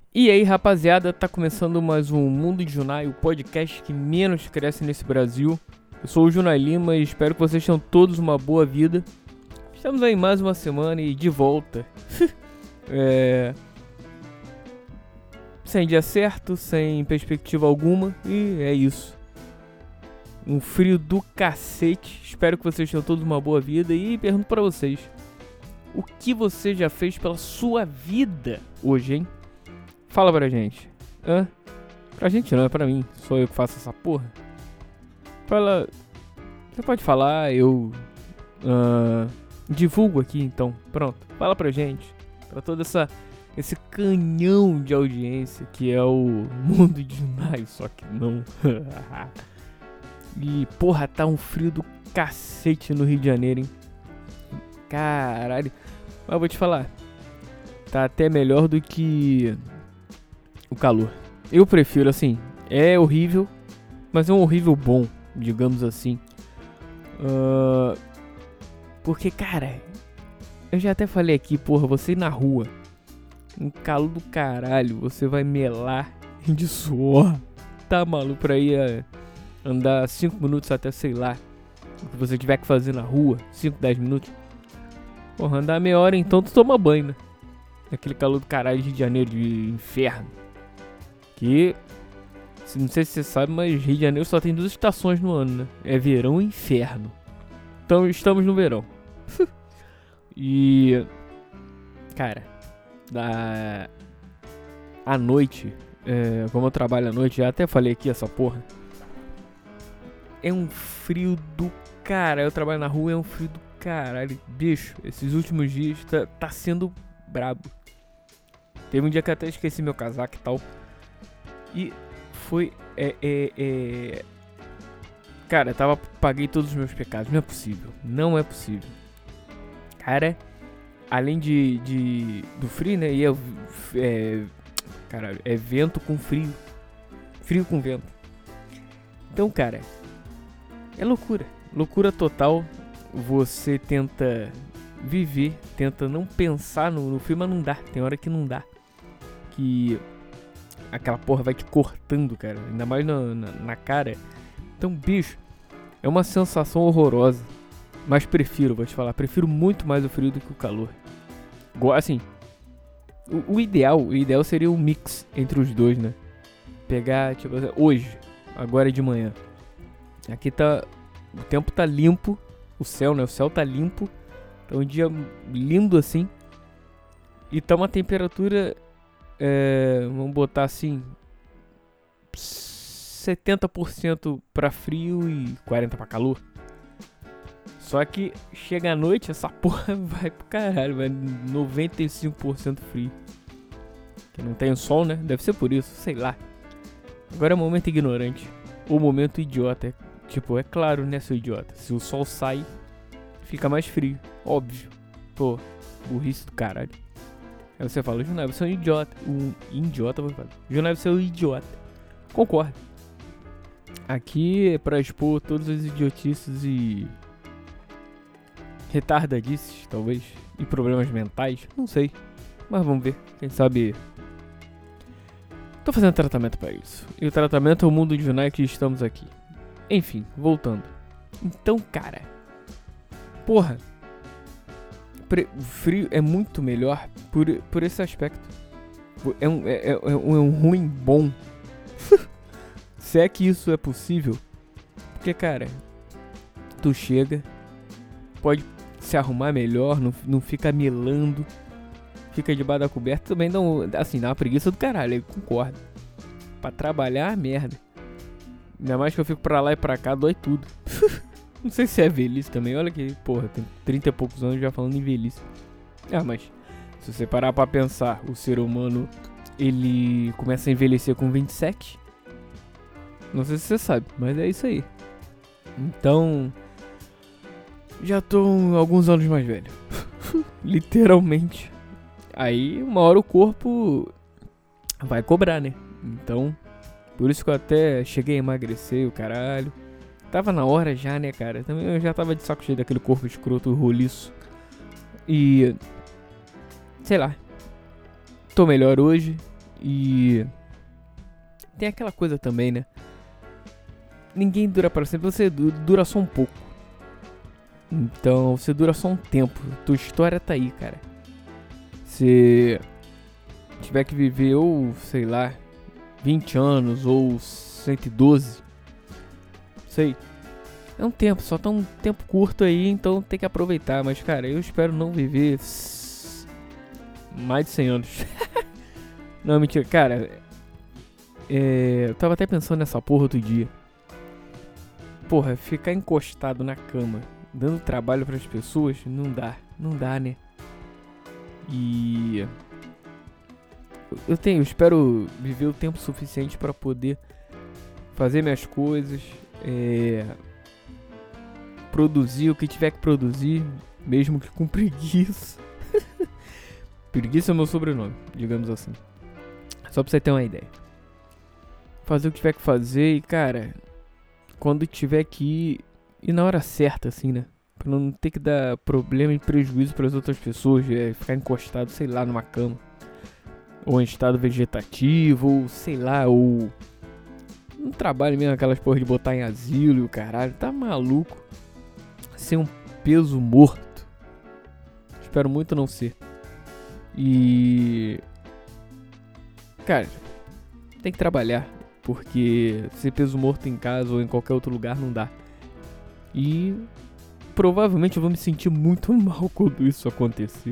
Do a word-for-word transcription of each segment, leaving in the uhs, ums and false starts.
E aí, rapaziada, tá começando mais um Mundo de Junai, o podcast que menos cresce nesse Brasil. Eu sou o Junai Lima e espero que vocês tenham todos uma boa vida. Estamos aí mais uma semana e de volta. é... Sem dia certo, sem perspectiva alguma, e é isso. Um frio do cacete. Espero que vocês tenham todos uma boa vida e pergunto pra vocês: o que você já fez pela sua vida hoje, hein? Fala pra gente. Hã? Pra gente não, é pra mim. Sou eu que faço essa porra. Fala. Você pode falar, eu uh, divulgo aqui então. Pronto. Fala pra gente. Pra todo essa, esse canhão de audiência que é o Mundo de Junai, só que não. E porra, tá um frio do cacete no Rio de Janeiro, hein? Caralho. Mas eu vou te falar. Tá até melhor do que o calor. Eu prefiro, assim, é horrível, mas é um horrível bom, digamos assim. Uh, porque, cara, eu já até falei aqui, porra, você ir na rua, um calor do caralho, você vai melar de suor. Tá maluco pra ir uh, andar cinco minutos até, sei lá, o que você tiver que fazer na rua, cinco, dez minutos. Porra, andar meia hora então tu toma banho, né? Aquele calor do caralho de Rio de Janeiro, de inferno. Que, não sei se você sabe, mas Rio de Janeiro só tem duas estações no ano, né? É verão e inferno. Então estamos no verão. E, cara, da, à noite, é, como eu trabalho à noite, já até falei aqui essa porra. É um frio do caralho. Eu trabalho na rua, é um frio do caralho. Bicho, esses últimos dias tá, tá sendo brabo. Teve um dia que eu até esqueci meu casaco e tal. E foi, é, é, é... Cara, eu tava, paguei todos os meus pecados. Não é possível, não é possível. Cara, além de, de do frio, né, e é, é, caralho, é vento com frio. Frio com vento. Então, cara, é loucura. Loucura total. Você tenta viver, tenta não pensar no, no frio, mas não dá. Tem hora que não dá. Que aquela porra vai te cortando, cara. Ainda mais na, na, na cara. Então, bicho, é uma sensação horrorosa. Mas prefiro, vou te falar, prefiro muito mais o frio do que o calor. Assim, o, o ideal, o ideal seria um mix entre os dois, né? Pegar, tipo, hoje, agora de manhã. Aqui tá, o tempo tá limpo. O céu, né? O céu tá limpo. Tá um dia lindo assim. E tá uma temperatura... É, vamos botar assim, setenta por cento pra frio e quarenta por cento pra calor. Só que chega à noite, essa porra vai pro caralho, vai noventa e cinco por cento frio. Que não tem sol, né? Deve ser por isso, sei lá. Agora é o momento ignorante, ou momento idiota. Tipo, é claro, né, seu idiota? Se o sol sai, fica mais frio, óbvio. Pô, burrice do caralho. Aí você fala, Junai, você é um idiota. Um idiota, vou falar. Junai, você é um idiota. Concordo. Aqui é pra expor todas as idiotices e retardadices, talvez. E problemas mentais. Não sei. Mas vamos ver. Quem sabe... Tô fazendo tratamento pra isso. E o tratamento é o Mundo de Junai que estamos aqui. Enfim, voltando. Então, cara... Porra... O frio é muito melhor por, por esse aspecto. É um, é, é, é um ruim bom. Se é que isso é possível. Porque, cara, tu chega, pode se arrumar melhor, não, não fica melando, fica debaixo da coberta. Também dá, um, assim, dá uma preguiça do caralho, eu concordo. Pra trabalhar, merda. Ainda mais que eu fico pra lá e pra cá, dói tudo. Não sei se é velhice também, olha que, porra, tem trinta e poucos anos já falando em velhice. Ah, mas se você parar pra pensar, o ser humano, ele começa a envelhecer com vinte e sete. Não sei se você sabe, mas é isso aí. Então, já tô alguns anos mais velho. Literalmente. Aí, uma hora o corpo vai cobrar, né? Então, por isso que eu até cheguei a emagrecer, o caralho. Tava na hora já, né, cara? Também eu já tava de saco cheio daquele corpo escroto, roliço. E... sei lá. Tô melhor hoje. E tem aquela coisa também, né? Ninguém dura para sempre, você dura só um pouco. Então, você dura só um tempo. Tua história tá aí, cara. Se tiver que viver ou, sei lá, vinte anos ou cento e doze, sei. É um tempo, só tá um tempo curto aí, então tem que aproveitar. Mas, cara, eu espero não viver mais de cem anos. Não, mentira, cara. É, eu tava até pensando nessa porra outro dia. Porra, ficar encostado na cama, dando trabalho pras pessoas, não dá. Não dá, né? E eu tenho, eu espero viver o tempo suficiente pra poder fazer minhas coisas, é, produzir o que tiver que produzir, mesmo que com preguiça. Preguiça é o meu sobrenome, digamos assim. Só pra você ter uma ideia. Fazer o que tiver que fazer e, cara, quando tiver que ir, ir na hora certa, assim, né? Pra não ter que dar problema e prejuízo pras outras pessoas, é, ficar encostado, sei lá, numa cama. Ou em estado vegetativo, ou sei lá, ou um trabalho mesmo, aquelas porra de botar em asilo e o caralho, tá maluco. Ser um peso morto. Espero muito não ser. E... cara, tem que trabalhar, porque ser peso morto em casa ou em qualquer outro lugar não dá. E provavelmente eu vou me sentir muito mal quando isso acontecer.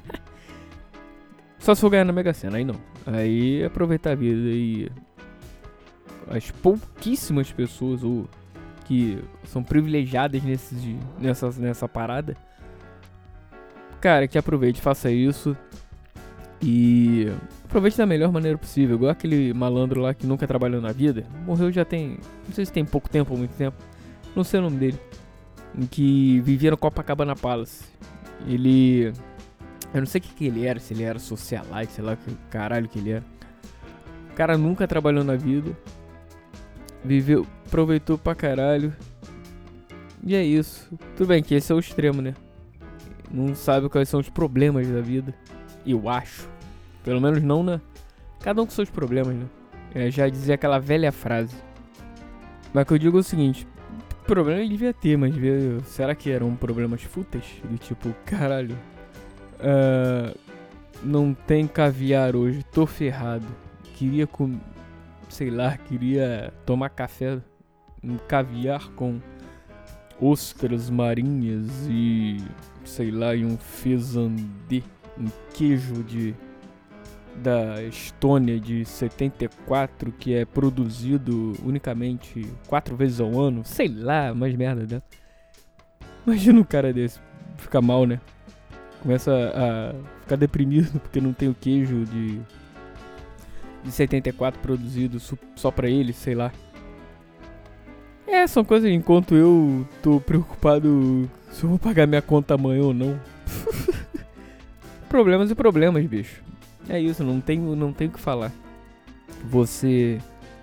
Só se for ganhar na Mega Sena, aí não. Aí aproveitar a vida e as pouquíssimas pessoas ou que são privilegiadas nesse, nessa, nessa parada, cara, que aproveite, faça isso e aproveite da melhor maneira possível. Igual aquele malandro lá que nunca trabalhou na vida, morreu já tem, não sei se tem pouco tempo ou muito tempo, não sei o nome dele, em que vivia no Copacabana Palace. Ele, eu não sei o que, que ele era, se ele era socialite, sei lá que caralho que ele era. O cara nunca trabalhou na vida, viveu, aproveitou pra caralho. E é isso. Tudo bem que esse é o extremo, né? Não sabe quais são os problemas da vida, eu acho. Pelo menos não na... cada um com seus problemas, né? É, já dizia aquela velha frase. Mas que eu digo é o seguinte: problema ele devia ter, mas devia... será que eram problemas fúteis? Do tipo, caralho, uh, não tem caviar hoje, tô ferrado. Queria com... sei lá, queria tomar café, um caviar com ostras marinhas e sei lá, e um fezandê, um queijo de da Estônia de setenta e quatro que é produzido unicamente quatro vezes ao ano, sei lá, mais merda, né? Imagina um cara desse ficar mal, né? Começa a ficar deprimido porque não tem o queijo de de setenta e quatro produzido só pra ele, sei lá. É, são coisas enquanto eu tô preocupado se eu vou pagar minha conta amanhã ou não. Problemas e problemas, bicho. É isso, não tem, não tem o que falar. Você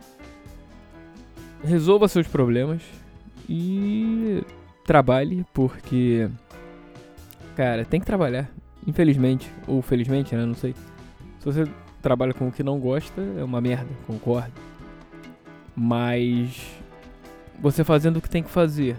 resolva seus problemas e trabalhe, porque, cara, tem que trabalhar. Infelizmente, ou felizmente, né? Não sei. Se você trabalha com o que não gosta, é uma merda, concordo. Mas você fazendo o que tem que fazer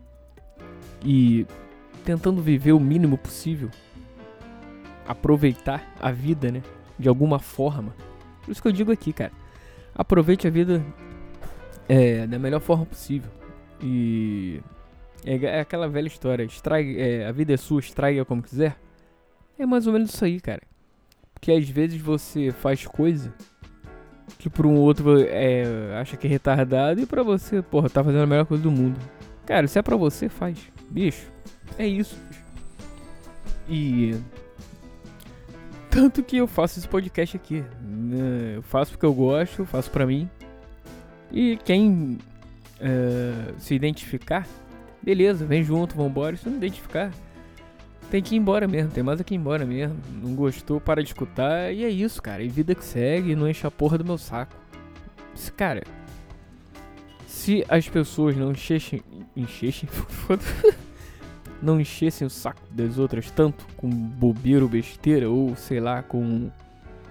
e tentando viver o mínimo possível, aproveitar a vida, né? De alguma forma. Por isso que eu digo aqui, cara, aproveite a vida é, da melhor forma possível. E é, é aquela velha história, estrague, é, a vida é sua, estrague como quiser. É mais ou menos isso aí, cara. Porque às vezes você faz coisa que por um outro é, acha que é retardado, e pra você, porra, tá fazendo a melhor coisa do mundo. Cara, se é pra você, faz. Bicho, é isso, bicho. E tanto que eu faço esse podcast aqui, né? Eu faço porque eu gosto, eu faço pra mim. E quem uh, se identificar, beleza, vem junto, vambora. Se não identificar, tem que ir embora mesmo, tem mais é que ir embora mesmo. Não gostou, para de escutar, e é isso, cara. E vida que segue, não enche a porra do meu saco. Se, cara, se as pessoas não enchessem, enchessem, não enchessem o saco das outras tanto com bobeira ou besteira, ou sei lá, com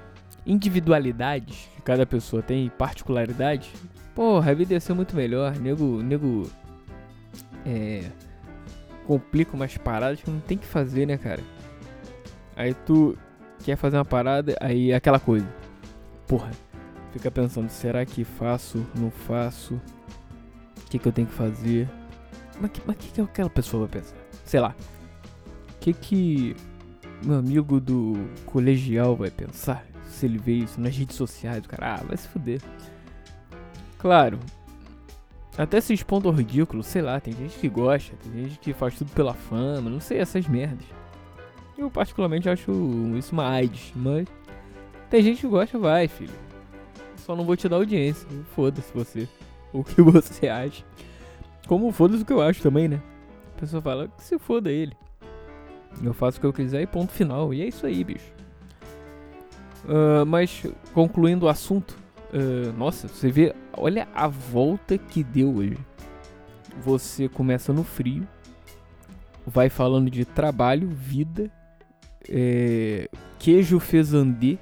individualidades que cada pessoa tem, particularidades, porra, a vida ia ser muito melhor. Nego, nego é, complica umas paradas que não tem que fazer, né, cara? Aí tu quer fazer uma parada, aí aquela coisa, porra, fica pensando, será que faço, não faço, o que que eu tenho que fazer? Mas o que, que, que aquela pessoa vai pensar? Sei lá, o que que meu amigo do colegial vai pensar se ele vê isso nas redes sociais? O cara, ah, vai se fuder. Claro, até se expondo ao ridículo, sei lá, tem gente que gosta, tem gente que faz tudo pela fama, não sei, essas merdas. Eu particularmente acho isso uma AIDS, mas tem gente que gosta, vai, filho. Só não vou te dar audiência, foda-se você, o que você acha. Como foda-se o que eu acho também, né? A pessoa fala que se foda ele. Eu faço o que eu quiser e ponto final. E é isso aí, bicho. Uh, mas, concluindo o assunto. Uh, nossa, você vê... Olha a volta que deu hoje. Você começa no frio. Vai falando de trabalho, vida. É, queijo fezandê.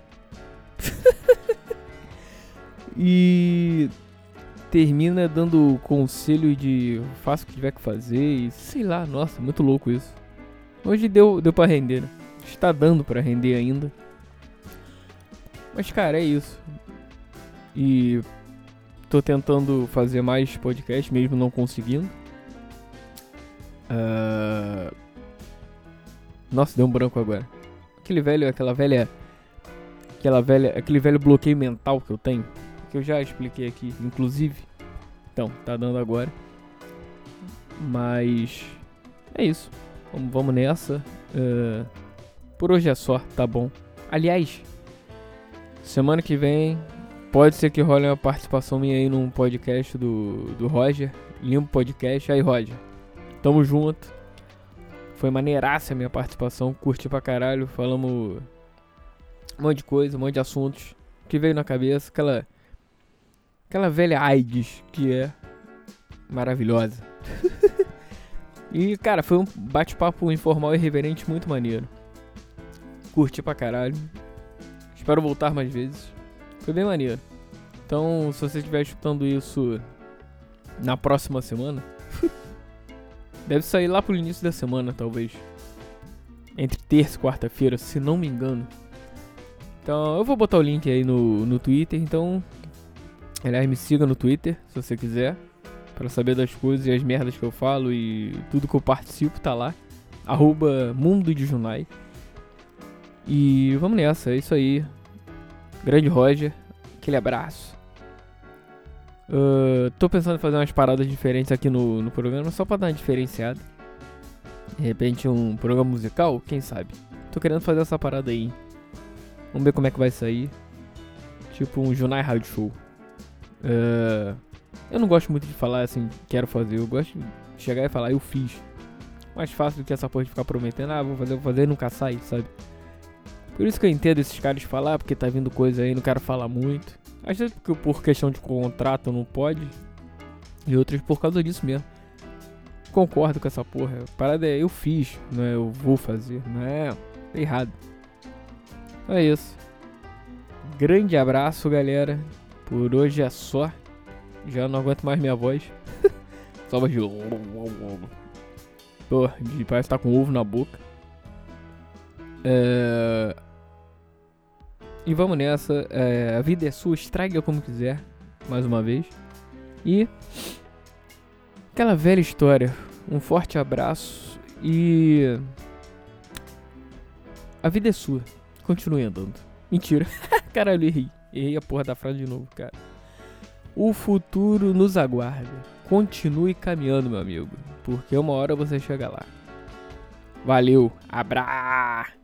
E... termina dando conselho de faça o que tiver que fazer e sei lá, nossa, muito louco isso. Hoje deu, deu pra render, né? Está dando pra render ainda. Mas cara, é isso. E tô tentando fazer mais podcast, mesmo não conseguindo. Uh... Nossa, deu um branco agora. Aquele velho, aquela velha... Aquela velha, aquele velho bloqueio mental que eu tenho, que eu já expliquei aqui, inclusive. Então, tá dando agora. Mas é isso. Vamos, vamos nessa. Uh, por hoje é só, tá bom. Aliás, semana que vem pode ser que role uma participação minha aí num podcast do, do Roger. Limpo Podcast. Aí, Roger, tamo junto. Foi maneiraça a minha participação. Curti pra caralho. Falamos um monte de coisa, um monte de assuntos que veio na cabeça. Aquela... Aquela velha AIDS que é maravilhosa. E, cara, foi um bate-papo informal e irreverente muito maneiro. Curti pra caralho. Espero voltar mais vezes. Foi bem maneiro. Então, se você estiver escutando isso na próxima semana, deve sair lá pro início da semana, talvez. Entre terça e quarta-feira, se não me engano. Então, eu vou botar o link aí no, no Twitter, então... Aliás, me siga no Twitter, se você quiser, pra saber das coisas e as merdas que eu falo e tudo que eu participo tá lá. Arroba Mundo de Junai. E vamos nessa, é isso aí. Grande Roger, aquele abraço. Uh, tô pensando em fazer umas paradas diferentes aqui no, no programa, só pra dar uma diferenciada. De repente um programa musical, quem sabe. Tô querendo fazer essa parada aí. Vamos ver como é que vai sair. Tipo um Junai Rádio Show. Uh, eu não gosto muito de falar assim, quero fazer. Eu gosto de chegar e falar, eu fiz. Mais fácil do que essa porra de ficar prometendo, ah, vou fazer, vou fazer e nunca sai, sabe? Por isso que eu entendo esses caras falar, porque tá vindo coisa aí, não quero falar muito. Às vezes porque por questão de contrato não pode. E outras por causa disso mesmo. Concordo com essa porra. A parada é eu fiz, não é eu vou fazer. Não é, é errado. É isso. Grande abraço, galera. Por hoje é só. Já não aguento mais minha voz. Só voz de... Pô, de parece que tá com ovo na boca. É... E vamos nessa. É... A vida é sua, estraga como quiser. Mais uma vez. E... aquela velha história. Um forte abraço. E... a vida é sua. Continue andando. Mentira. Caralho, errei. Errei a porra da frase de novo, cara. O futuro nos aguarda. Continue caminhando, meu amigo. Porque uma hora você chega lá. Valeu. Abraço.